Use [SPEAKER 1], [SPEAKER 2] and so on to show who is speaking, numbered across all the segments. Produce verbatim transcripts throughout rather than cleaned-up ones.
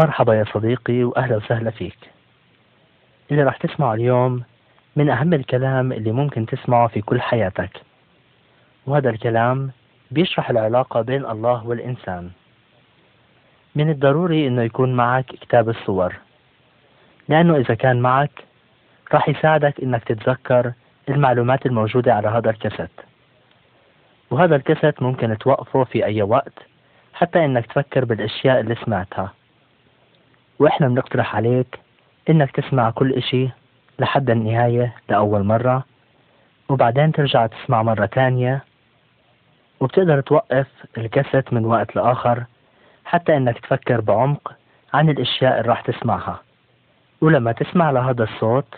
[SPEAKER 1] مرحبا يا صديقي وأهلا وسهلا فيك. اللي راح تسمعه اليوم من أهم الكلام اللي ممكن تسمعه في كل حياتك، وهذا الكلام بيشرح العلاقة بين الله والإنسان. من الضروري إنه يكون معك كتاب الصور، لأنه إذا كان معك راح يساعدك إنك تتذكر المعلومات الموجودة على هذا الكاسيت، وهذا الكاسيت ممكن توقفه في أي وقت حتى إنك تفكر بالأشياء اللي سمعتها. وإحنا بنقترح عليك إنك تسمع كل إشي لحد النهاية لأول مرة، وبعدين ترجع تسمع مرة تانية، وبتقدر توقف الكاسيت من وقت لآخر حتى إنك تفكر بعمق عن الأشياء اللي راح تسمعها. ولما تسمع لهذا الصوت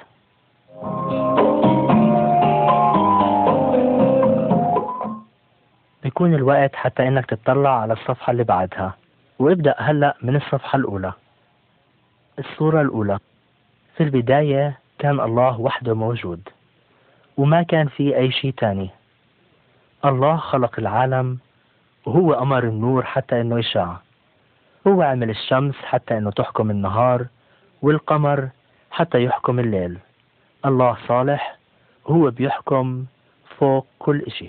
[SPEAKER 1] بيكون الوقت حتى إنك تطلع على الصفحة اللي بعدها، وابدأ هلأ من الصفحة الأولى. الصورة الأولى: في البداية كان الله وحده موجود، وما كان في أي شيء تاني. الله خلق العالم، وهو أمر النور حتى إنه يشع. هو عمل الشمس حتى إنه تحكم النهار، والقمر حتى يحكم الليل. الله صالح، هو بيحكم فوق كل إشي.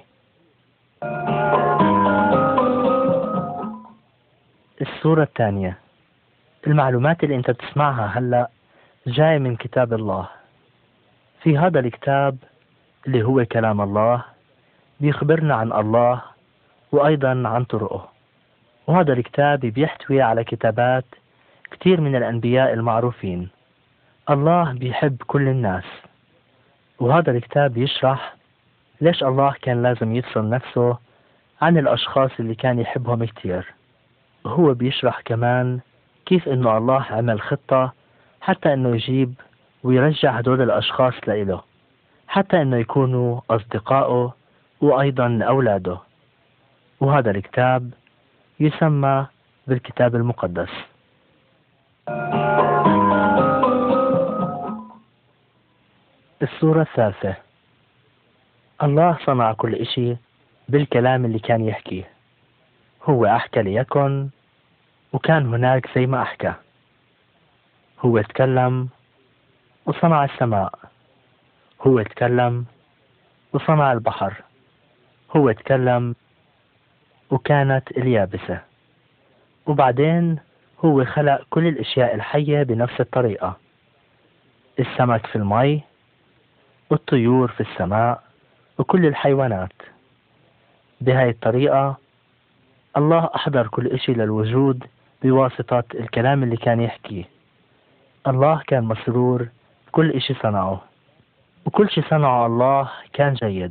[SPEAKER 1] الصورة الثانية: المعلومات اللي انت بتسمعها هلأ جاي من كتاب الله. في هذا الكتاب اللي هو كلام الله بيخبرنا عن الله وأيضا عن طرقه، وهذا الكتاب بيحتوي على كتابات كتير من الأنبياء المعروفين. الله بيحب كل الناس، وهذا الكتاب يشرح ليش الله كان لازم يفصل نفسه عن الأشخاص اللي كان يحبهم كتير. هو بيشرح كمان كيف إنه الله عمل خطة حتى إنه يجيب ويرجع هدول الأشخاص لإله، حتى إنه يكونوا أصدقائه وأيضا أولاده. وهذا الكتاب يسمى بالكتاب المقدس. الصورة الثالثة: الله صنع كل إشي بالكلام اللي كان يحكيه. هو أحكى ليكن، وكان هناك زي ما أحكى. هو تكلم وصنع السماء. هو تكلم وصنع البحر. هو تكلم وكانت اليابسة. وبعدين هو خلق كل الأشياء الحية بنفس الطريقة: السمك في المي، والطيور في السماء، وكل الحيوانات. بهاي الطريقة الله أحضر كل إشي للوجود بواسطة الكلام اللي كان يحكيه. الله كان مسرور بكل إشي صنعه، وكل شي صنعه الله كان جيد.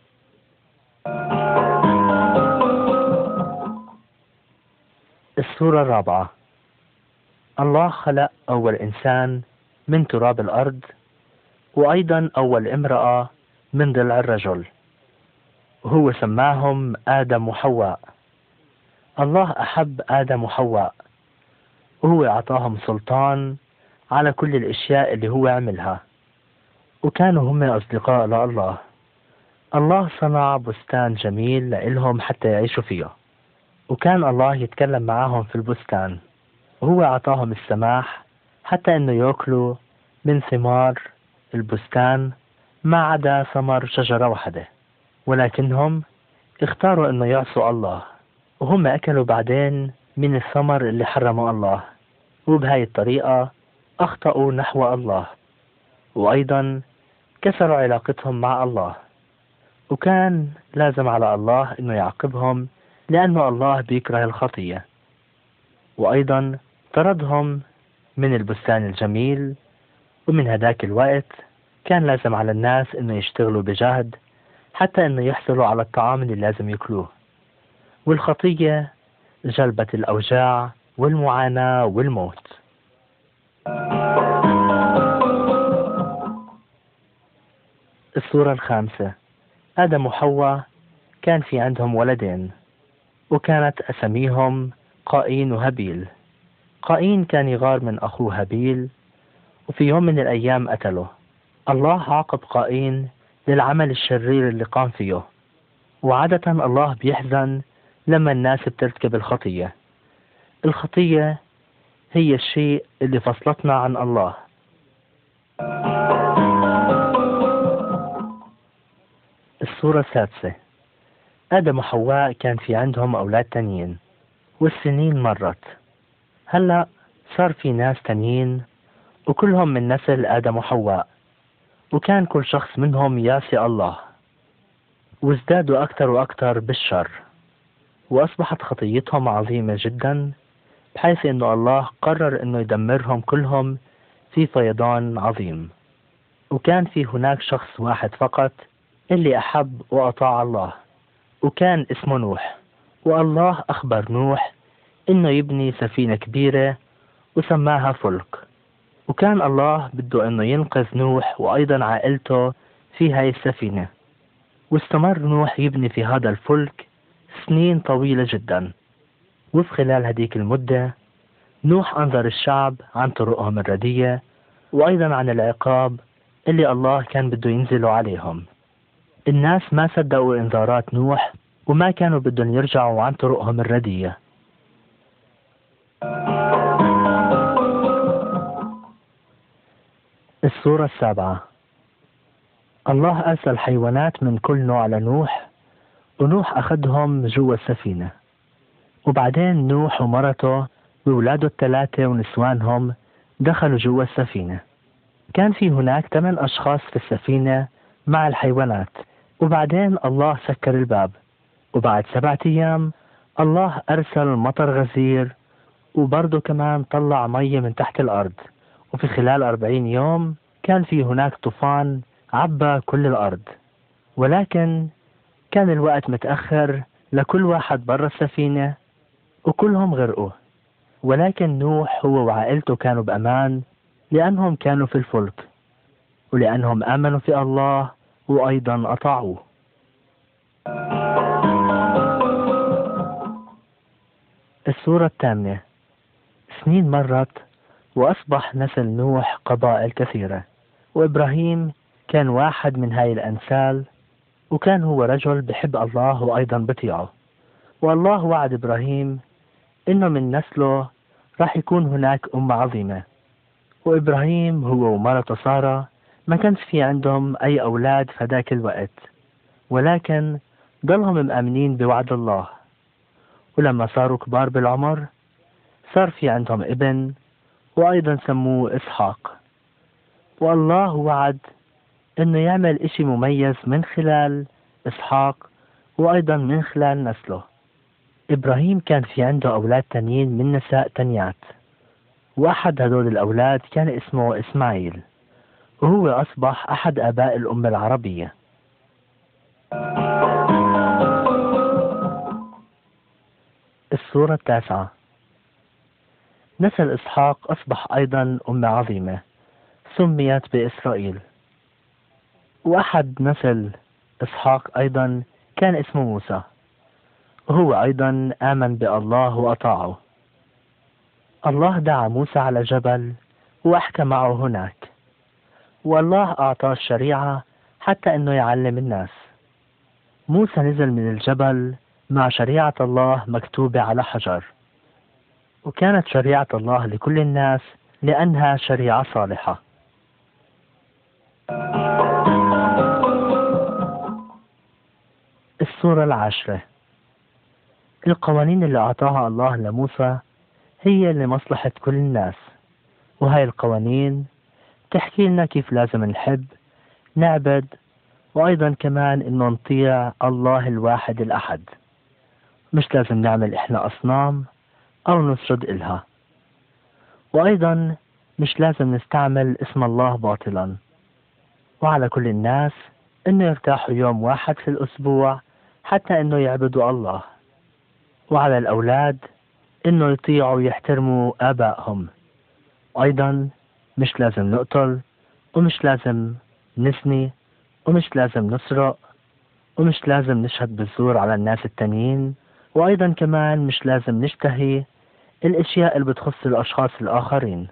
[SPEAKER 1] الصورة الرابعة: الله خلق أول إنسان من تراب الأرض، وأيضا أول امرأة من ضلع الرجل، وهو سماهم آدم وحواء. الله أحب آدم وحواء، وهو أعطاهم سلطان على كل الأشياء اللي هو عملها، وكانوا هم أصدقاء لله. الله صنع بستان جميل لإلهم حتى يعيشوا فيه، وكان الله يتكلم معهم في البستان، وهو أعطاهم السماح حتى إنه يأكلوا من ثمار البستان ما عدا ثمر شجرة واحدة، ولكنهم اختاروا إنه يعصوا الله، وهم أكلوا بعدين من الثمر اللي حرمه الله، وبهاي الطريقة أخطأوا نحو الله، وأيضا كسروا علاقتهم مع الله. وكان لازم على الله إنه يعاقبهم لأنه الله بيكره الخطية، وأيضا طردهم من البستان الجميل. ومن هذاك الوقت كان لازم على الناس إنه يشتغلوا بجهد حتى إنه يحصلوا على الطعام اللي لازم يأكلوه. والخطية جلبت الأوجاع والمعاناة والموت. الصورة الخامسة: آدم وحواء كان في عندهم ولدين، وكانت أسميهم قايين وهابيل. قايين كان يغار من أخوه هابيل، وفي يوم من الأيام قتله. الله عاقب قايين للعمل الشرير اللي قام فيه، وعادة الله بيحزن لما الناس بترتكب الخطية. الخطية هي الشيء اللي فصلتنا عن الله. الصورة السادسة. آدم وحواء كان في عندهم أولاد تانيين، والسنين مرت. هلأ صار في ناس تانيين وكلهم من نسل آدم وحواء، وكان كل شخص منهم يعصي الله، وازدادوا أكثر وأكثر بالشر، وأصبحت خطيتهم عظيمة جدا، بحيث أنه الله قرر أنه يدمرهم كلهم في فيضان عظيم. وكان في هناك شخص واحد فقط اللي أحب وأطاع الله، وكان اسمه نوح. والله أخبر نوح إنه يبني سفينة كبيرة وسماها فلك، وكان الله بده إنه ينقذ نوح وأيضا عائلته في هاي السفينة. واستمر نوح يبني في هذا الفلك سنين طويلة جدا. وفي خلال هذيك المدة نوح أنذر الشعب عن طرقهم الردية، وأيضا عن العقاب اللي الله كان بده ينزله عليهم. الناس ما صدقوا إنذارات نوح، وما كانوا بدهم يرجعوا عن طرقهم الردية. الصورة السابعة. الله أرسل حيوانات من كل نوع لنوح، ونوح أخذهم جوا السفينة. وبعدين نوح ومرته وولاده الثلاثة ونسوانهم دخلوا جوا السفينة. كان في هناك ثمان أشخاص في السفينة مع الحيوانات. وبعدين الله سكر الباب، وبعد سبعة أيام الله أرسل مطر غزير، وبرضه كمان طلع مية من تحت الأرض. وفي خلال أربعين يوم كان في هناك طوفان عبى كل الأرض. ولكن كان الوقت متأخر لكل واحد برا السفينة، وكلهم غرقوا. ولكن نوح هو وعائلته كانوا بأمان، لأنهم كانوا في الفلك، ولأنهم آمنوا في الله وأيضا أطاعوه. الصورة الثامنة. سنين مرت، وأصبح نسل نوح قبائل كثيرة، وإبراهيم كان واحد من هاي الأنسال، وكان هو رجل بحب الله وأيضا بطيعه. والله وعد إبراهيم إنه من نسله راح يكون هناك أمة عظيمة. وإبراهيم هو ومرته سارة ما كانش في عندهم أي أولاد في ذاك الوقت، ولكن ضلهم مأمنين بوعد الله. ولما صاروا كبار بالعمر صار في عندهم ابن، وأيضا سموه إسحاق. والله وعد إنه يعمل إشي مميز من خلال إسحاق وأيضا من خلال نسله. إبراهيم كان في عنده أولاد تانيين من نساء تانيات، وأحد هدول الأولاد كان اسمه إسماعيل، وهو أصبح أحد آباء الأمة العربية. الصورة التاسعة. نسل إسحاق أصبح أيضا أمة عظيمة سميت بإسرائيل. وأحد نسل إسحاق أيضا كان اسمه موسى، وهو أيضا آمن بالله وأطاعه. الله دعا موسى على جبل وأحكى معه هناك، والله أعطاه الشريعة حتى أنه يعلم الناس. موسى نزل من الجبل مع شريعة الله مكتوبة على حجر، وكانت شريعة الله لكل الناس لأنها شريعة صالحة. الصورة العاشرة. القوانين اللي أعطاها الله لموسى هي لمصلحة كل الناس، وهاي القوانين تحكي لنا كيف لازم نحب نعبد، وأيضا كمان إنه نطيع الله الواحد الأحد. مش لازم نعمل إحنا أصنام أو نسجد إلها، وأيضا مش لازم نستعمل اسم الله باطلا. وعلى كل الناس إنه يرتاحوا يوم واحد في الأسبوع حتى إنه يعبدوا الله. وعلى الأولاد إنه يطيعوا ويحترموا آبائهم. أيضا مش لازم نقتل، ومش لازم نزني، ومش لازم نسرق، ومش لازم نشهد بالزور على الناس التانيين، وأيضا كمان مش لازم نشتهي الأشياء اللي بتخص الأشخاص الآخرين.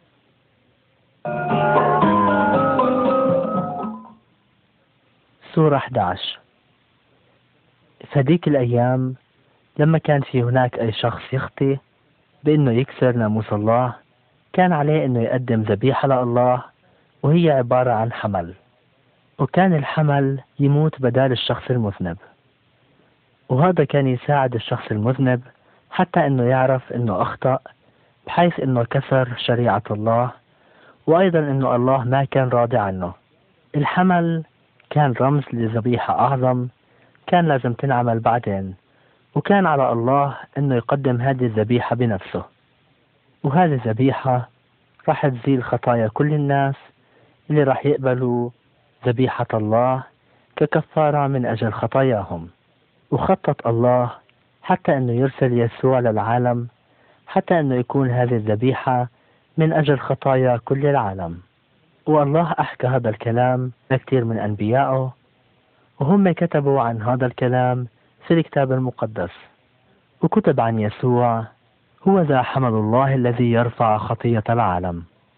[SPEAKER 1] سورة أحد عشر. في هذيك الأيام لما كان في هناك أي شخص يخطي، بأنه يكسر ناموس الله، كان عليه أنه يقدم ذبيحة لله، وهي عبارة عن حمل، وكان الحمل يموت بدال الشخص المذنب. وهذا كان يساعد الشخص المذنب حتى أنه يعرف أنه أخطأ، بحيث أنه كسر شريعة الله، وأيضا أنه الله ما كان راضي عنه. الحمل كان رمز لذبيحة أعظم كان لازم تنعمل بعدين، وكان على الله أنه يقدم هذه الذبيحة بنفسه، وهذه الذبيحة راح تزيل خطايا كل الناس اللي راح يقبلوا ذبيحة الله ككفارة من أجل خطاياهم. وخطط الله حتى أنه يرسل يسوع للعالم حتى أنه يكون هذه الذبيحة من أجل خطايا كل العالم. والله أحكى هذا الكلام لكثير من أنبيائه، وهم كتبوا عن هذا الكلام في الكتاب المقدس، وكتب عن يسوع: هو ذا حمل الله الذي يرفع خطية العالم.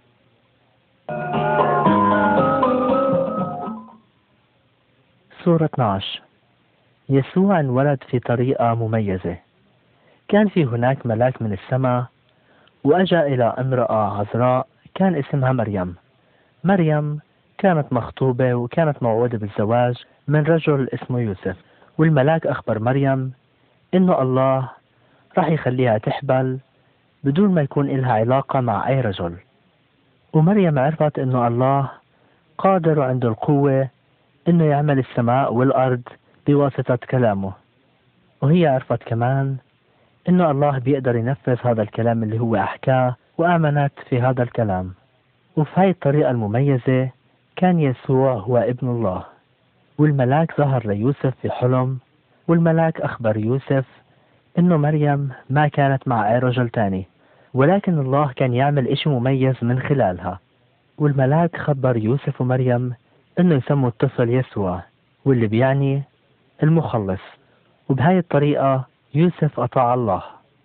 [SPEAKER 1] سورة اثني عشر. يسوع انولد في طريقة مميزة. كان في هناك ملاك من السماء وأجا إلى امرأة عذراء كان اسمها مريم. مريم كانت مخطوبة وكانت موعودة بالزواج من رجل اسمه يوسف، والملاك أخبر مريم إنه الله راح يخليها تحبل بدون ما يكون إلها علاقة مع أي رجل. ومريم عرفت إنه الله قادر وعنده القوة إنه يعمل السماء والأرض بواسطة كلامه، وهي عرفت كمان إنه الله بيقدر ينفذ هذا الكلام اللي هو أحكاه، وآمنت في هذا الكلام. وفي هاي الطريقة المميزة كان يسوع هو ابن الله. والملاك ظهر ليوسف في حلم، والملاك أخبر يوسف إنه مريم ما كانت مع أي رجل تاني، ولكن الله كان يعمل إشي مميز من خلالها. والملاك خبر يوسف ومريم إنه يسموا الطفل يسوع، واللي بيعني المخلص. وبهاي الطريقة يوسف أطاع الله.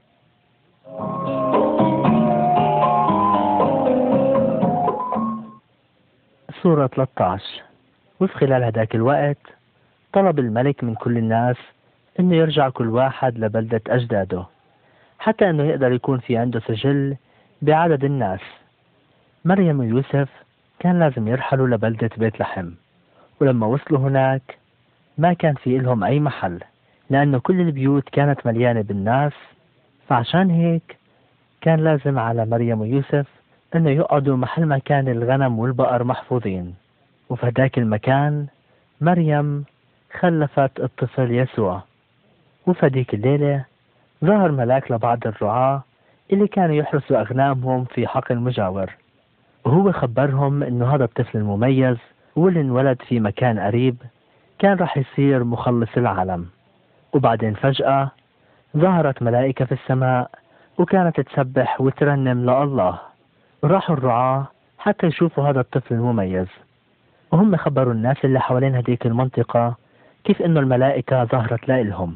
[SPEAKER 1] سورة ثلاثة عشر. وفي خلال هداك الوقت طلب الملك من كل الناس إنه يرجع كل واحد لبلدة أجداده، حتى إنه يقدر يكون في عنده سجل بعدد الناس. مريم ويوسف كان لازم يرحلوا لبلدة بيت لحم، ولما وصلوا هناك ما كان في لهم أي محل، لأنه كل البيوت كانت مليانة بالناس. فعشان هيك كان لازم على مريم ويوسف إنه يقعدوا محل ما كان الغنم والبقر محفوظين. وفي هداك المكان مريم خلفت الطفل يسوع. وفي هديك الليلة ظهر ملاك لبعض الرعاة اللي كانوا يحرسوا أغنامهم في حقل مجاور، وهو خبرهم إنه هذا الطفل المميز واللي انولد في مكان قريب كان راح يصير مخلص العالم. وبعدين فجأة ظهرت ملائكة في السماء وكانت تسبح وترنم لله. راحوا الرعاة حتى يشوفوا هذا الطفل المميز، وهم خبروا الناس اللي حوالين هذيك المنطقة كيف إنه الملائكة ظهرت لهم.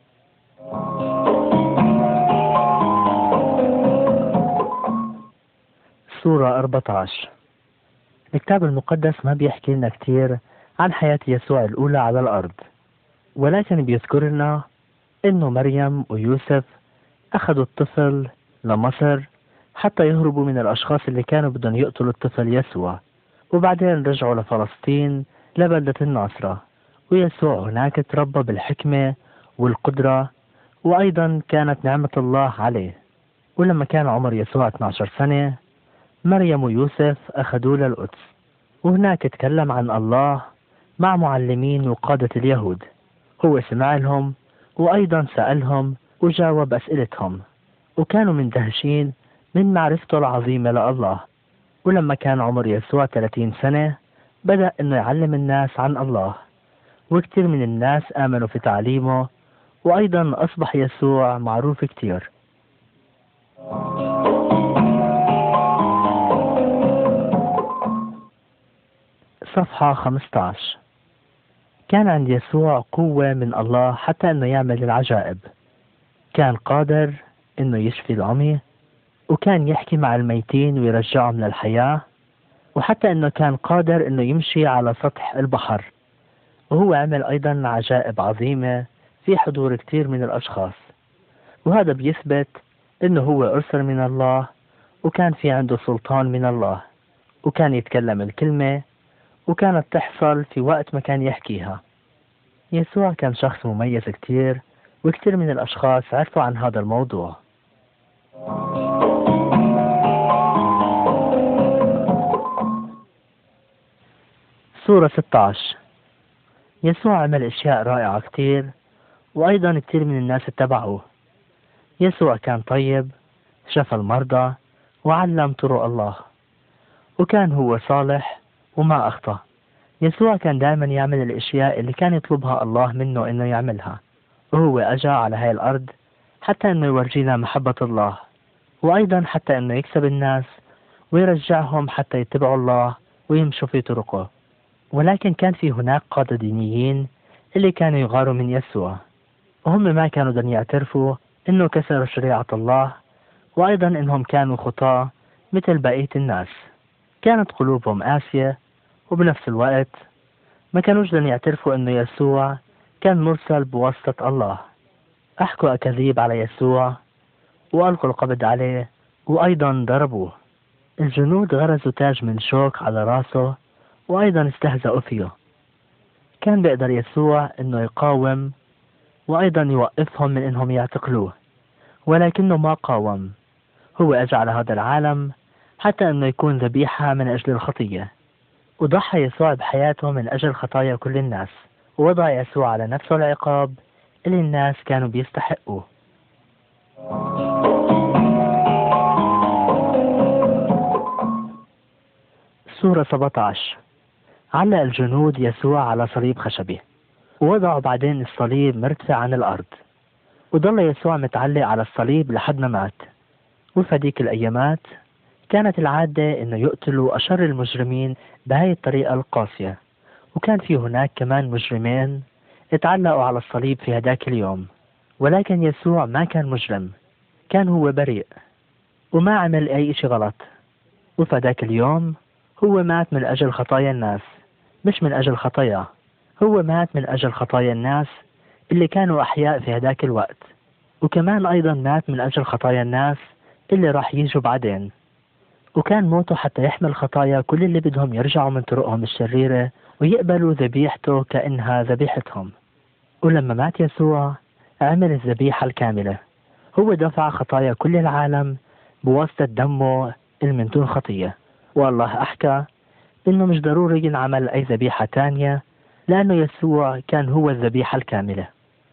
[SPEAKER 1] سورة أربعة عشر. الكتاب المقدس ما بيحكي لنا كتير عن حياة يسوع الأولى على الأرض، ولكن بيذكر لنا إنه مريم ويوسف أخذوا الطفل لمصر حتى يهربوا من الأشخاص اللي كانوا بدهم يقتلوا الطفل يسوع، وبعدين رجعوا لفلسطين لبلدة الناصرة. ويسوع هناك تربى بالحكمة والقدرة، وأيضا كانت نعمة الله عليه. ولما كان عمر يسوع اثني عشر سنة مريم ويوسف أخذوه للقدس، وهناك تكلم عن الله مع معلمين وقادة اليهود. هو سمع لهم وأيضا سألهم وجاوب أسئلتهم، وكانوا مندهشين من معرفته العظيمة لله. ولما كان عمر يسوع ثلاثين سنة بدأ إنه يعلم الناس عن الله، وكثير من الناس آمنوا في تعليمه، وأيضا أصبح يسوع معروف كثير. صفحة خمسة عشر. كان عند يسوع قوة من الله حتى إنه يعمل العجائب. كان قادر إنه يشفي العمي، وكان يحكي مع الميتين ويرجعهم للحياة، وحتى إنه كان قادر إنه يمشي على سطح البحر. وهو عمل أيضا عجائب عظيمة في حضور كثير من الأشخاص، وهذا بيثبت إنه هو أرسل من الله، وكان في عنده سلطان من الله، وكان يتكلم الكلمة وكانت تحصل في وقت ما كان يحكيها. يسوع كان شخص مميز كتير، وكتير من الأشخاص عرفوا عن هذا الموضوع. سورة ستة عشر. يسوع عمل أشياء رائعة كتير، وأيضا كتير من الناس اتبعوه. يسوع كان طيب، شفى المرضى، وعلم طرق الله، وكان هو صالح وما أخطأ. يسوع كان دائما يعمل الأشياء اللي كان يطلبها الله منه إنه يعملها، وهو أجا على هاي الأرض حتى إنه يورجينا محبة الله، وأيضا حتى إنه يكسب الناس ويرجعهم حتى يتبعوا الله ويمشوا في طرقه. ولكن كان في هناك قادة دينيين اللي كانوا يغاروا من يسوع، وهم ما كانوا دن يعترفوا إنه كسروا شريعة الله، وأيضا إنهم كانوا خطاة مثل بقية الناس. كانت قلوبهم قاسية، وبنفس الوقت ما كانوش دن يعترفوا إنه يسوع كان مرسل بواسطة الله. أحكوا أكاذيب على يسوع، وألقوا القبض عليه، وأيضا ضربوه. الجنود غرزوا تاج من شوك على راسه، وأيضا استهزأوا فيه. كان بيقدر يسوع إنه يقاوم وأيضا يوقفهم من إنهم يعتقلوه، ولكنه ما قاوم. هو أجى على هذا العالم حتى إنه يكون ذبيحة من أجل الخطية، وضحى يسوع بحياته من أجل خطايا كل الناس، ووضع يسوع على نفسه العقاب اللي الناس كانوا بيستحقوه. سورة سبعة عشر. علق الجنود يسوع على صليب خشبي، ووضعوا بعدين الصليب مرتفع عن الأرض، وضل يسوع متعلق على الصليب لحد ما مات. وفي ديك الأيامات كانت العادة إنه يقتلوا أشر المجرمين بهاي الطريقة القاسية، وكان في هناك كمان مجرمين اتعلقوا على الصليب في هداك اليوم. ولكن يسوع ما كان مجرم، كان هو بريء وما عمل أي شيء غلط. وفي هداك اليوم هو مات من أجل خطايا الناس، مش من أجل خطايا. هو مات من أجل خطايا الناس اللي كانوا أحياء في هداك الوقت، وكمان أيضا مات من أجل خطايا الناس اللي راح يجوا بعدين. وكان موته حتى يحمل خطايا كل اللي بدهم يرجعوا من طرقهم الشريرة ويقبلوا ذبيحته كأنها ذبيحتهم. ولما مات يسوع عمل الذبيحة الكاملة، هو دفع خطايا كل العالم بواسطة دمه من دون خطية. والله أحكى إنه مش ضروري ينعمل أي ذبيحة تانية، لأنه يسوع كان هو الذبيحة الكاملة.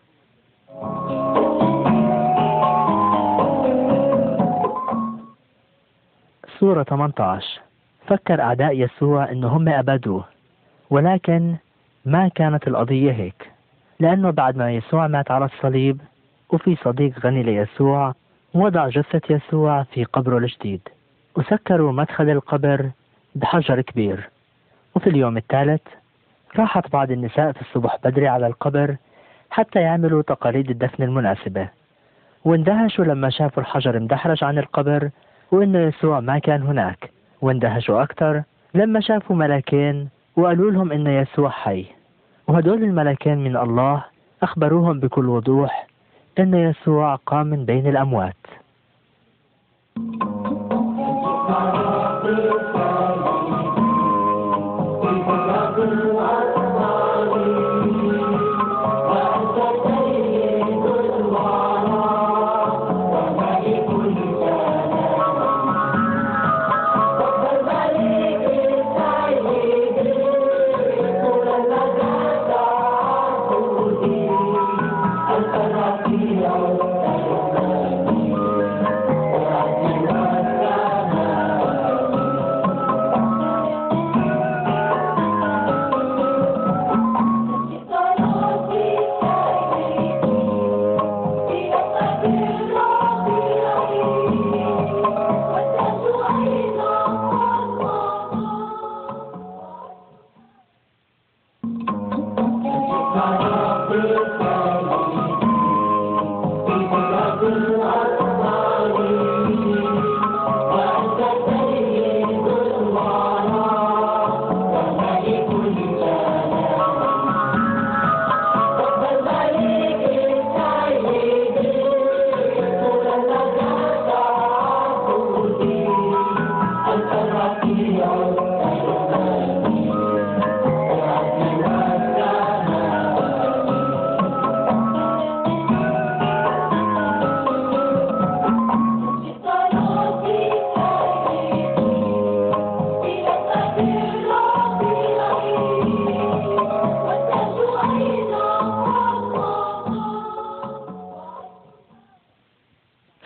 [SPEAKER 1] سورة ثمانية عشر. فكر أعداء يسوع إنه هم أبدوه، ولكن ما كانت القضية هيك، لأنه بعد ما يسوع مات على الصليب وفي صديق غني ليسوع وضع جثة يسوع في قبره الجديد، وسكروا مدخل القبر بحجر كبير. وفي اليوم الثالث راحت بعض النساء في الصبح بدري على القبر حتى يعملوا تقاليد الدفن المناسبة، واندهشوا لما شافوا الحجر مدحرج عن القبر وإنه يسوع ما كان هناك. واندهشوا أكثر لما شافوا ملكين وقالوا لهم إن يسوع حي، وهدول الملكين من الله أخبروهم بكل وضوح إن يسوع قام من بين الأموات.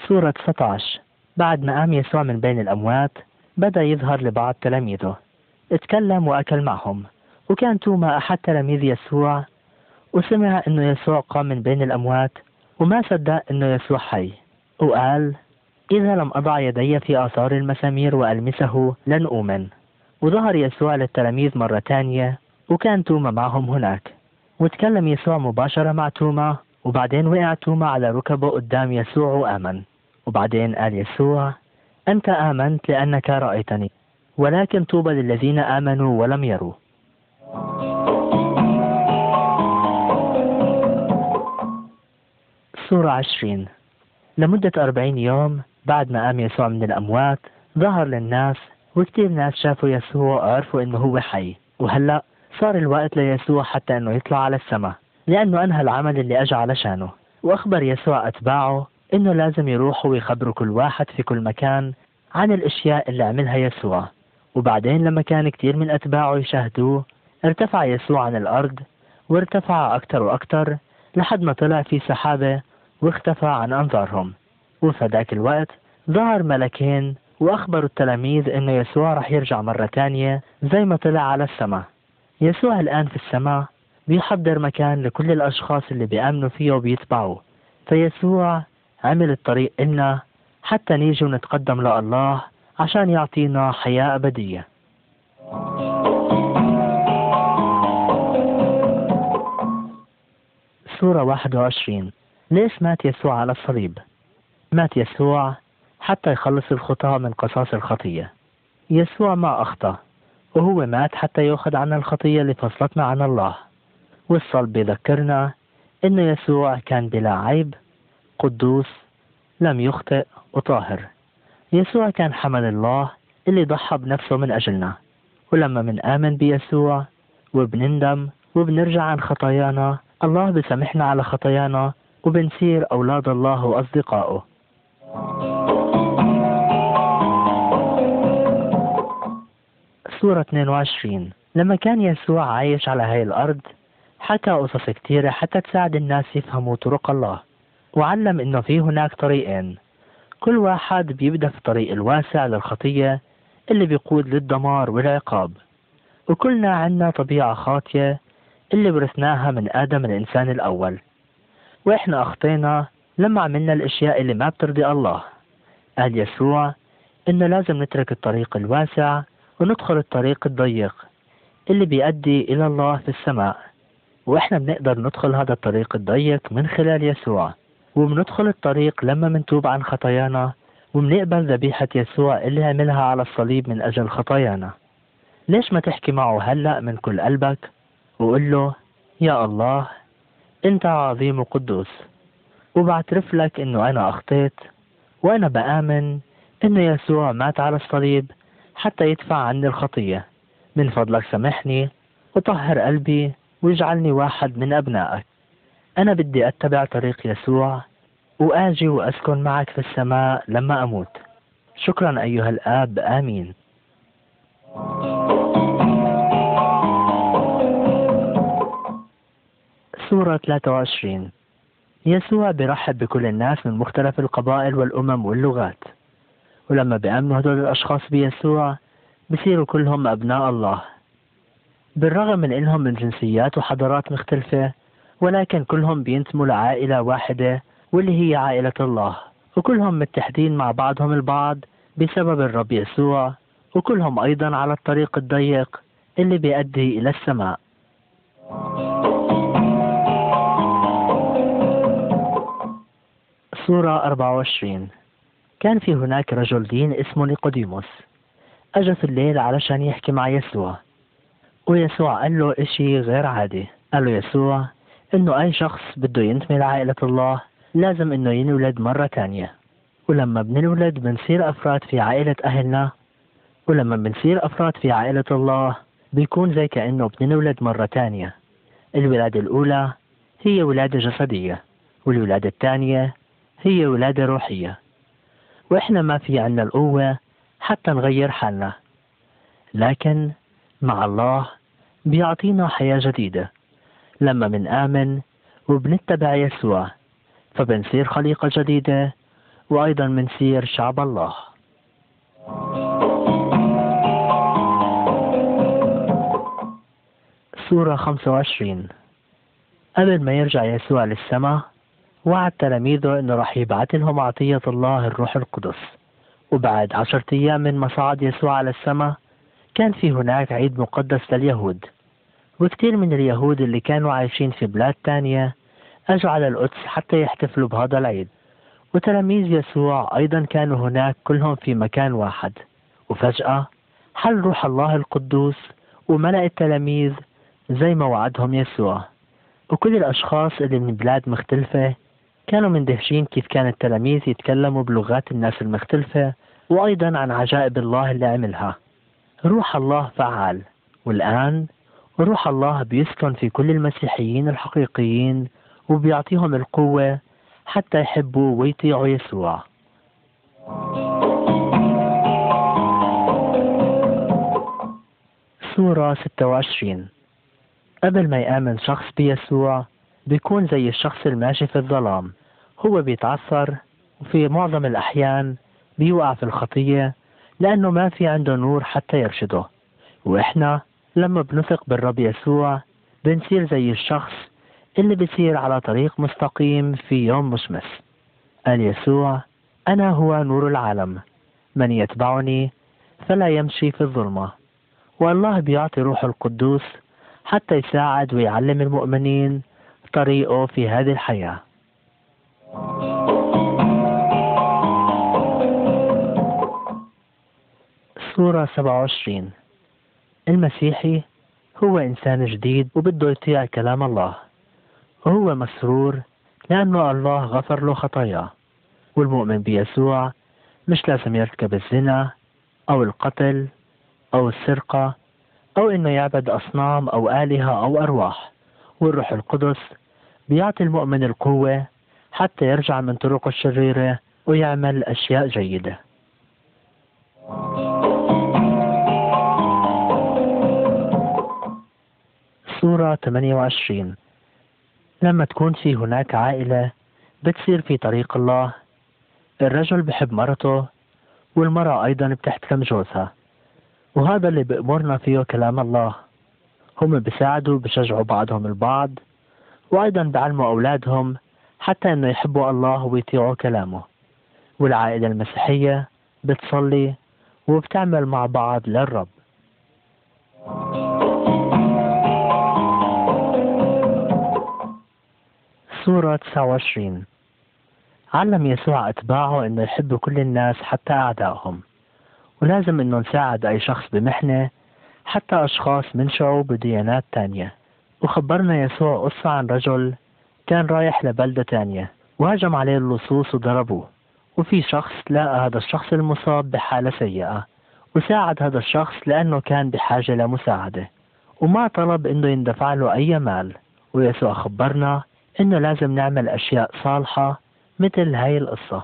[SPEAKER 1] سورة تسعة عشر. بعد ما قام يسوع من بين الأموات بدأ يظهر لبعض تلاميذه، اتكلم وأكل معهم. وكان توما أحد تلاميذ يسوع، وسمع إنه يسوع قام من بين الأموات وما صدق إنه يسوع حي، وقال: إذا لم أضع يدي في آثار المسامير وألمسه لن أؤمن. وظهر يسوع للتلاميذ مرة تانية، وكان توما معهم هناك، وتكلم يسوع مباشرة مع توما، وبعدين وقع توما على ركبه قدام يسوع وآمن. وبعدين قال يسوع: أنت آمنت لأنك رأيتني، ولكن طوبى للذين آمنوا ولم يروا. سورة عشرين. لمدة أربعين يوم بعد ما قام يسوع من الأموات ظهر للناس، وكتير ناس شافوا يسوع وعرفوا إنه هو حي. وهلأ صار الوقت ليسوع حتى إنه يطلع على السماء، لأنه أنهى العمل اللي أجى علشانه. وأخبر يسوع أتباعه إنه لازم يروحوا ويخبروا كل واحد في كل مكان عن الأشياء اللي عملها يسوع. وبعدين لما كان كتير من أتباعه يشاهدوه، ارتفع يسوع عن الأرض، وارتفع أكتر وأكتر لحد ما طلع في سحابة واختفى عن أنظارهم. وفي ذاك الوقت ظهر ملكين وأخبروا التلاميذ إنه يسوع رح يرجع مرة تانية زي ما طلع على السماء. يسوع الآن في السماء بيحضر مكان لكل الأشخاص اللي بيأمنوا فيه وبيتبعوه. فيسوع عمل الطريق إلنا حتى نيجي ونتقدم لله عشان يعطينا حياة أبدية. سورة واحد وعشرين. ليش مات يسوع على الصليب؟ مات يسوع حتى يخلص الخطاة من قصاص الخطية. يسوع ما أخطأ، وهو مات حتى يأخذ عنا الخطية اللي فصلتنا عن الله. والصلب بيذكرنا إنه يسوع كان بلا عيب، قدوس، لم يخطئ، وطاهر. يسوع كان حمل الله اللي ضحى بنفسه من أجلنا. ولما منآمن بيسوع وبنندم وبنرجع عن خطايانا، الله بسامحنا على خطايانا وبنصير أولاد الله وأصدقائه. سورة اثنين وعشرين. لما كان يسوع عايش على هاي الأرض حكى قصص كتيرة حتى تساعد الناس يفهموا طرق الله، وعلم إنه في هناك طريقين، كل واحد بيبدأ في الطريق الواسع للخطية اللي بيقود للدمار والعقاب. وكلنا عنا طبيعة خاطية اللي ورثناها من آدم الإنسان الأول، وإحنا أخطينا لما عملنا الأشياء اللي ما بترضي الله. قال يسوع إنه لازم نترك الطريق الواسع وندخل الطريق الضيق اللي بيؤدي إلى الله في السماء. وإحنا بنقدر ندخل هذا الطريق الضيق من خلال يسوع، وبندخل الطريق لما منتوب عن خطايانا وبنقبل ذبيحة يسوع اللي عملها على الصليب من أجل خطايانا. ليش ما تحكي معه هلأ من كل قلبك وقول له: يا الله أنت عظيم وقدوس، وبعترف لك إنه أنا أخطيت، وأنا بآمن إنه يسوع مات على الصليب حتى يدفع عني الخطية. من فضلك سامحني وطهر قلبي واجعلني واحد من أبنائك. أنا بدي أتبع طريق يسوع وآجي وأسكن معك في السماء لما أموت. شكرا أيها الآب، آمين. سورة ثلاثة وعشرين. يسوع برحب بكل الناس من مختلف القبائل والأمم واللغات، ولما بيأمنوا هدول الأشخاص بيسوع بصيروا كلهم أبناء الله. بالرغم من إنهم من جنسيات وحضارات مختلفة، ولكن كلهم بينتموا لعائلة واحدة واللي هي عائلة الله، وكلهم متحدين مع بعضهم البعض بسبب الرب يسوع، وكلهم أيضا على الطريق الضيق اللي بيؤدي إلى السماء. سورة أربعة وعشرين. كان في هناك رجل دين اسمه نيقوديموس، أجا في الليل علشان يحكي مع يسوع، ويسوع قال له إشي غير عادي. قال له يسوع إنه أي شخص بده ينتمي لعائلة الله لازم إنه ينولد مرة تانية، ولما بنولد بنصير أفراد في عائلة أهلنا، ولما بنصير أفراد في عائلة الله بيكون زي كأنه بنولد مرة تانية. الولادة الأولى هي ولادة جسدية، والولادة الثانية هي ولادة روحية، وإحنا ما في عنا القوة حتى نغير حالنا، لكن مع الله بيعطينا حياة جديدة لما منآمن وبنتبع يسوع، فبنصير خليقة جديدة وأيضا منسير شعب الله. سورة خمسة وعشرين. قبل ما يرجع يسوع للسماء وعد تلاميذه انه راح يبعث لهم عطية الله الروح القدس. وبعد عشرة ايام من ما صعد يسوع على السماء كان في هناك عيد مقدس لليهود، وكثير من اليهود اللي كانوا عايشين في بلاد تانية اجوا على القدس حتى يحتفلوا بهذا العيد. وتلاميذ يسوع ايضا كانوا هناك كلهم في مكان واحد. وفجأة حل روح الله القدوس وملأ التلاميذ زي ما وعدهم يسوع. وكل الأشخاص اللي من بلاد مختلفة كانوا مندهشين كيف كان التلاميذ يتكلموا بلغات الناس المختلفة، وأيضا عن عجائب الله اللي عملها. روح الله فعال، والآن روح الله بيسكن في كل المسيحيين الحقيقيين وبيعطيهم القوة حتى يحبوا ويطيعوا يسوع. سورة ستة وعشرين. قبل ما يآمن شخص بيسوع بيكون زي الشخص الماشي في الظلام، هو بيتعثر وفي معظم الأحيان بيوقع في الخطية لأنه ما في عنده نور حتى يرشده. وإحنا لما بنثق بالرب يسوع بنصير زي الشخص اللي بيسير على طريق مستقيم في يوم مشمس. قال يسوع: أنا هو نور العالم، من يتبعني فلا يمشي في الظلمة. والله بيعطي روح القدوس حتى يساعد ويعلم المؤمنين طريقه في هذه الحياة. سورة سبعة وعشرين. المسيحي هو إنسان جديد وبده يطيع كلام الله، وهو مسرور لأنه الله غفر له خطاياه. والمؤمن بيسوع مش لازم يرتكب الزنا أو القتل أو السرقة أو إنه يعبد أصنام أو آلهة أو أرواح. والروح القدس بيعطي المؤمن القوة حتى يرجع من طرقه الشريرة ويعمل أشياء جيدة. سورة ثمانية وعشرين. لما تكون في هناك عائلة بتصير في طريق الله، الرجل بحب مرته والمرأة أيضا بتحترم جوزها، وهذا اللي بأمرنا فيه كلام الله. هم بيساعدوا بشجعوا بعضهم البعض، وأيضا بعلموا أولادهم حتى أنه يحبوا الله ويطيعوا كلامه. والعائلة المسيحية بتصلي وبتعمل مع بعض للرب. سورة تسعة وعشرين. علم يسوع أتباعه أنه يحبوا كل الناس حتى أعدائهم، ولازم أنه نساعد أي شخص بمحنة حتى أشخاص من شعوب وديانات تانية. وخبرنا يسوع قصة عن رجل كان رايح لبلدة تانية وهجم عليه اللصوص وضربوه، وفي شخص لقى هذا الشخص المصاب بحالة سيئة وساعد هذا الشخص لأنه كان بحاجة لمساعدة، وما طلب أنه يندفع له أي مال. ويسوع خبرنا أنه لازم نعمل أشياء صالحة مثل هاي القصة.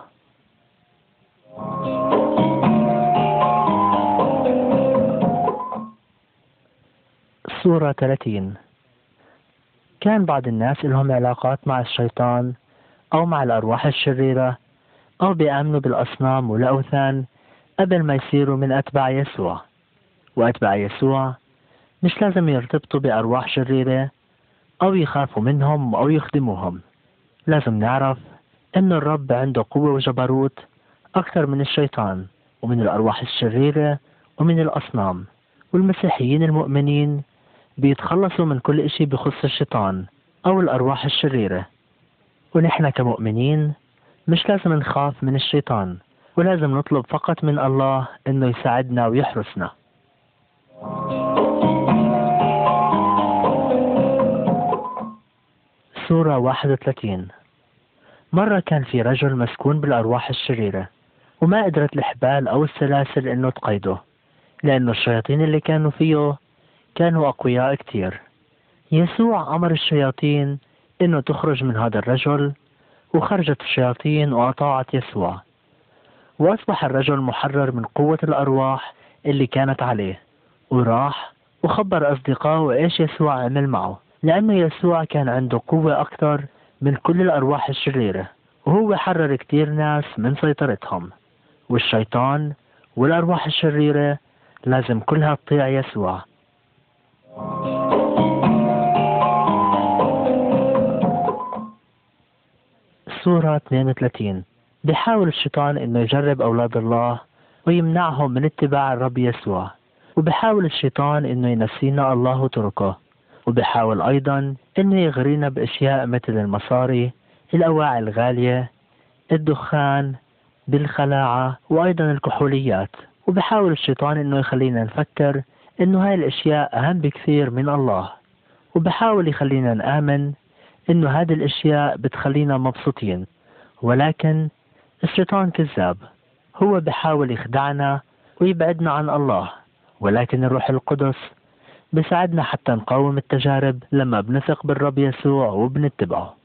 [SPEAKER 1] سورة ثلاثين. كان بعض الناس لهم علاقات مع الشيطان أو مع الأرواح الشريرة أو بيآمنوا بالأصنام والأوثان قبل ما يصيروا من أتباع يسوع. وأتباع يسوع مش لازم يرتبطوا بأرواح شريرة أو يخافوا منهم أو يخدموهم. لازم نعرف أن الرب عنده قوة وجبروت أكثر من الشيطان ومن الأرواح الشريرة ومن الأصنام. والمسيحيين المؤمنين بيتخلصوا من كل إشي بخص الشيطان أو الأرواح الشريرة. ونحن كمؤمنين مش لازم نخاف من الشيطان، ولازم نطلب فقط من الله إنه يساعدنا ويحرسنا. سورة واحد وثلاثين. مرة كان في رجل مسكون بالأرواح الشريرة، وما قدرت الحبال أو السلاسل إنه تقيده، لأنه الشياطين اللي كانوا فيه كانوا أقوياء كتير. يسوع أمر الشياطين إنه تخرج من هذا الرجل، وخرجت الشياطين وأطاعت يسوع، وأصبح الرجل محرر من قوة الأرواح اللي كانت عليه. وراح وخبر أصدقائه إيش يسوع عمل معه، لأنه يسوع كان عنده قوة أكثر من كل الأرواح الشريرة. وهو حرر كتير ناس من سيطرتهم، والشيطان والأرواح الشريرة لازم كلها تطيع يسوع. سورة اثنين وثلاثين. بيحاول الشيطان انه يجرب اولاد الله ويمنعهم من اتباع الرب يسوع، وبيحاول الشيطان انه ينسينا الله وطرقه، وبيحاول ايضا انه يغرينا باشياء مثل المصاري، الاواعي الغالية، الدخان، بالخلاعة، وايضا الكحوليات. وبيحاول الشيطان انه يخلينا نفكر انه هاي الاشياء اهم بكثير من الله، وبيحاول يخلينا نآمن انه هذه الاشياء بتخلينا مبسوطين. ولكن الشيطان كذاب، هو بيحاول يخدعنا ويبعدنا عن الله، ولكن الروح القدس بيساعدنا حتى نقاوم التجارب لما بنثق بالرب يسوع وبنتبعه.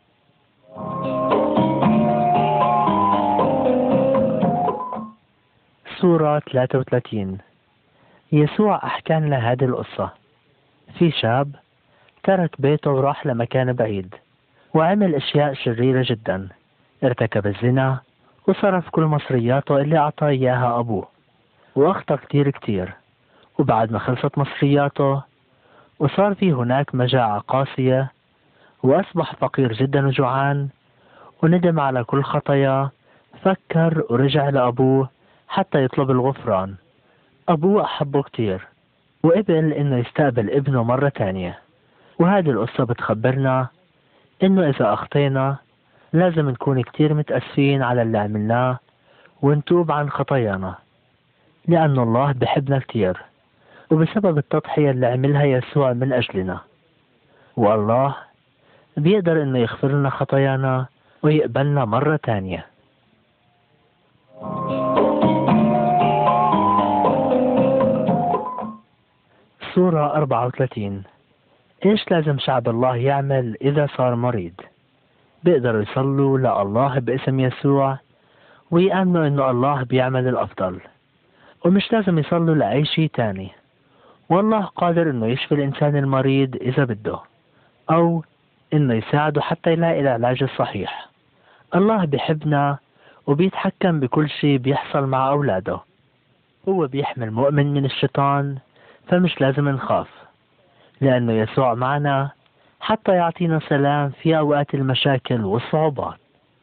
[SPEAKER 1] سورة ثلاثة وثلاثين. يسوع أحكى لنا هذه القصة. في شاب ترك بيته وراح لمكان بعيد، وعمل أشياء شريرة جدا، ارتكب الزنا وصرف كل مصرياته اللي أعطاه إياها أبوه، وأخطأ كتير كتير. وبعد ما خلصت مصرياته وصار في هناك مجاعة قاسية، وأصبح فقير جدا وجوعان، وندم على كل خطاياه، فكر ورجع لأبوه حتى يطلب الغفران. أبوه أحبه كتير وقبل إنه يستقبل ابنه مرة تانية. وهذه القصة بتخبرنا إنه إذا أخطينا لازم نكون كتير متأسفين على اللي عملناه ونتوب عن خطايانا، لأن الله بحبنا كتير، وبسبب التضحية اللي عملها يسوع من أجلنا. والله بيقدر إنه يغفر لنا خطايانا ويقبلنا مرة تانية. سورة أربعة وثلاثين. إيش لازم شعب الله يعمل إذا صار مريض؟ بيقدروا يصلوا لله باسم يسوع ويأمنوا إنه الله بيعمل الأفضل، ومش لازم يصلوا لأي شيء تاني. والله قادر إنه يشفي الإنسان المريض إذا بده، أو إنه يساعده حتى يلاقي العلاج الصحيح. الله بيحبنا وبيتحكم بكل شيء بيحصل مع أولاده. هو بيحمي المؤمن من الشيطان، فمش لازم نخاف، لأنه يسوع معنا حتى يعطينا سلام في أوقات المشاكل والصعوبات.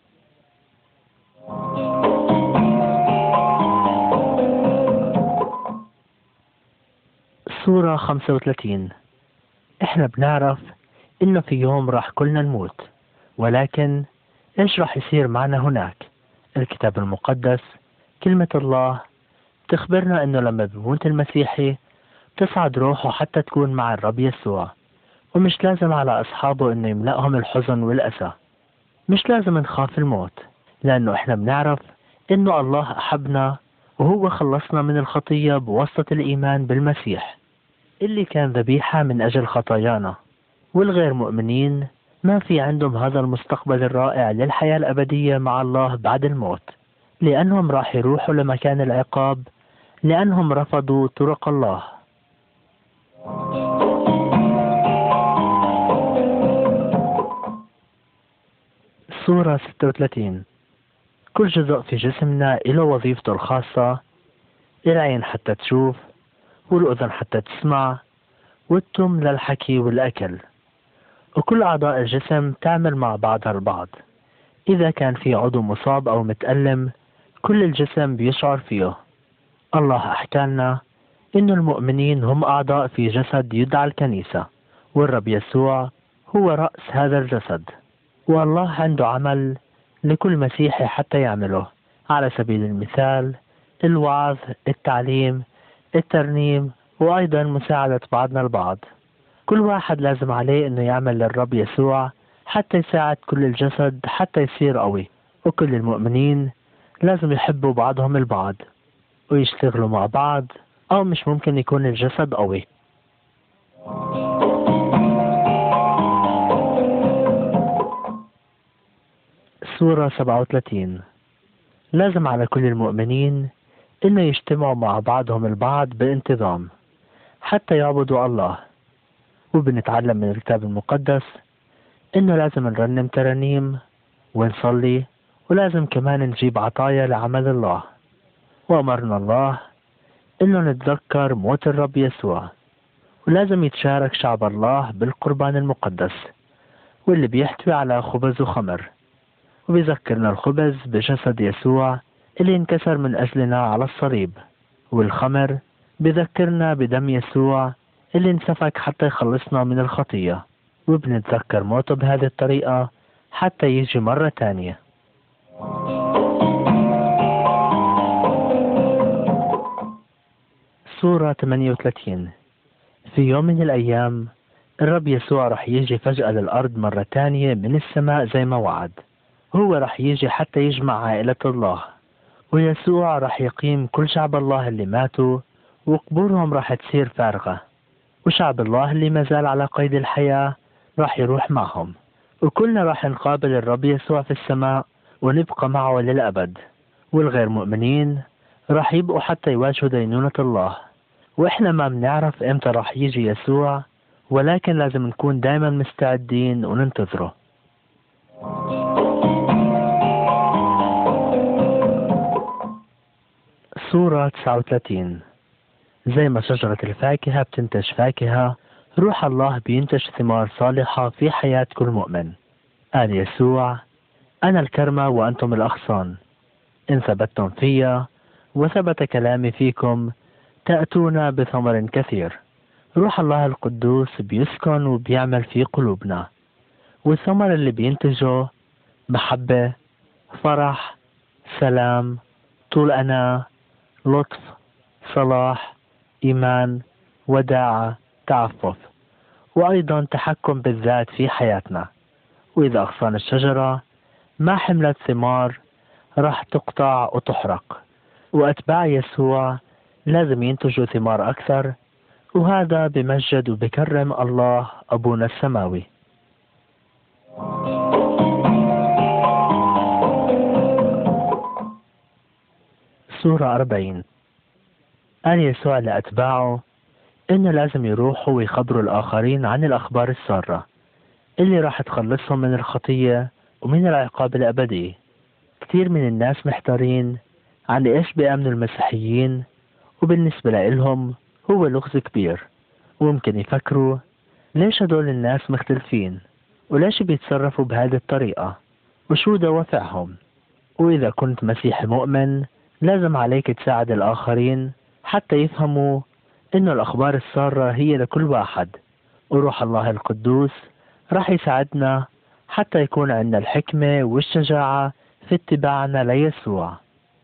[SPEAKER 1] سورة خمسة وثلاثين. إحنا بنعرف إنه في يوم راح كلنا نموت، ولكن إيش راح يصير معنا هناك؟ الكتاب المقدس كلمة الله تخبرنا إنه لما بيموت المسيحي تصعد روحه حتى تكون مع الرب يسوع، ومش لازم على أصحابه إنه يملأهم الحزن والأسى. مش لازم نخاف الموت، لأنه إحنا بنعرف إنه الله أحبنا وهو خلصنا من الخطية بواسطة الإيمان بالمسيح اللي كان ذبيحة من أجل خطايانا. والغير مؤمنين ما في عندهم هذا المستقبل الرائع للحياة الأبدية مع الله بعد الموت، لأنهم راح يروحوا لمكان العقاب لأنهم رفضوا طرق الله. سورة ستة وثلاثين. كل جزء في جسمنا له وظيفته الخاصة، العين حتى تشوف، والأذن حتى تسمع، والتم للحكي والأكل، وكل أعضاء الجسم تعمل مع بعضها البعض. إذا كان في عضو مصاب أو متألم كل الجسم بيشعر فيه. الله أحكى لنا إن المؤمنين هم أعضاء في جسد يدعى الكنيسة، والرب يسوع هو رأس هذا الجسد. والله عنده عمل لكل مسيحي حتى يعمله، على سبيل المثال الوعظ، التعليم، الترنيم، وأيضا مساعدة بعضنا البعض. كل واحد لازم عليه إنه يعمل للرب يسوع حتى يساعد كل الجسد حتى يصير قوي. وكل المؤمنين لازم يحبوا بعضهم البعض ويشتغلوا مع بعض، أو مش ممكن يكون الجسد قوي. سورة سبعة وثلاثين. لازم على كل المؤمنين إنه يجتمعوا مع بعضهم البعض بانتظام حتى يعبدوا الله. وبنتعلم من الكتاب المقدس إنه لازم نرنم ترانيم ونصلي ولازم كمان نجيب عطايا لعمل الله. وأمرنا الله إنه نتذكر موت الرب يسوع، ولازم يتشارك شعب الله بالقربان المقدس واللي بيحتوي على خبز وخمر، وبيذكرنا الخبز بجسد يسوع اللي انكسر من أجلنا على الصليب، والخمر بيذكرنا بدم يسوع اللي انسفك حتى يخلصنا من الخطية، وبنتذكر موته بهذه الطريقة حتى يجي مرة تانية. سورة ثمانية وثلاثين. في يوم من الأيام الرب يسوع رح يجي فجأة للأرض مرة تانية من السماء زي ما وعد. هو رح يجي حتى يجمع عائلة الله، ويسوع رح يقيم كل شعب الله اللي ماتوا، وقبورهم رح تصير فارغة، وشعب الله اللي ما زال على قيد الحياة رح يروح معهم، وكلنا رح نقابل الرب يسوع في السماء ونبقى معه للأبد. والغير مؤمنين رح يبقوا حتى يواجهوا دينونة الله. وإحنا ما بنعرف إمتى رح يجي يسوع، ولكن لازم نكون دايما مستعدين وننتظره. سورة تسعة وثلاثين. زي ما شجرة الفاكهة بتنتج فاكهة، روح الله بينتج ثمار صالحة في حياة كل مؤمن. قال يسوع: أنا الكرمة وأنتم الأغصان، إن ثبتتم فيا وثبت كلامي فيكم تأتون بثمر كثير. روح الله القدوس بيسكن وبيعمل في قلوبنا، والثمر اللي بينتجه محبة، فرح، سلام، طول أنا، لطف، صلاح، إيمان، وداعة، تعفف، وأيضا تحكم بالذات في حياتنا. وإذا أغصان الشجرة ما حملت ثمار راح تقطع وتحرق، وأتباع يسوع لازم ينتجوا ثمار أكثر، وهذا بمجد وبكرم الله أبونا السماوي. سورة أربعين. قال يسوع لأتباعه إنه لازم يروحوا ويخبروا الآخرين عن الأخبار السارة اللي راح تخلصهم من الخطية ومن العقاب الأبدي. كتير من الناس محتارين عن إيش بيأمنوا المسيحيين، وبالنسبة لهم هو لغز كبير، وممكن يفكروا ليش هدول الناس مختلفين، وليش بيتصرفوا بهذه الطريقة، وشو دوافعهم. وإذا كنت مسيحي مؤمن لازم عليك تساعد الآخرين حتى يفهموا إنه الأخبار السارة هي لكل واحد، وروح الله القدوس راح يساعدنا حتى يكون عندنا الحكمة والشجاعة في اتباعنا ليسوع.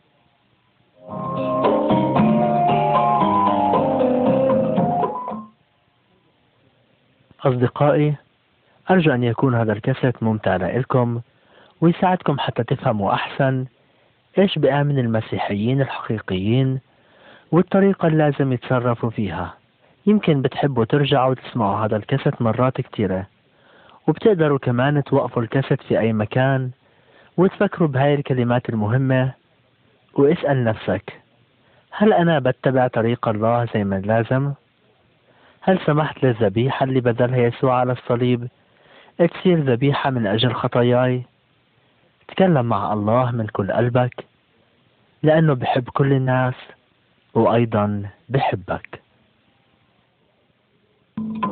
[SPEAKER 1] أصدقائي، أرجو أن يكون هذا الكاسيت ممتع لكم ويساعدكم حتى تفهموا أحسن إيش بآمن المسيحيين الحقيقيين والطريقة اللي لازم يتصرفوا فيها. يمكن بتحبوا ترجعوا تسمعوا هذا الكاسيت مرات كتيرة، وبتقدروا كمان توقفوا الكاسيت في أي مكان وتفكروا بهاي الكلمات المهمة، واسأل نفسك: هل أنا بتبع طريق الله زي ما لازم؟ هل سمحت للذبيحة اللي بذلها يسوع على الصليب تصير ذبيحة من أجل خطاياي؟ تكلم مع الله من كل قلبك، لأنه بحب كل الناس وأيضا بحبك.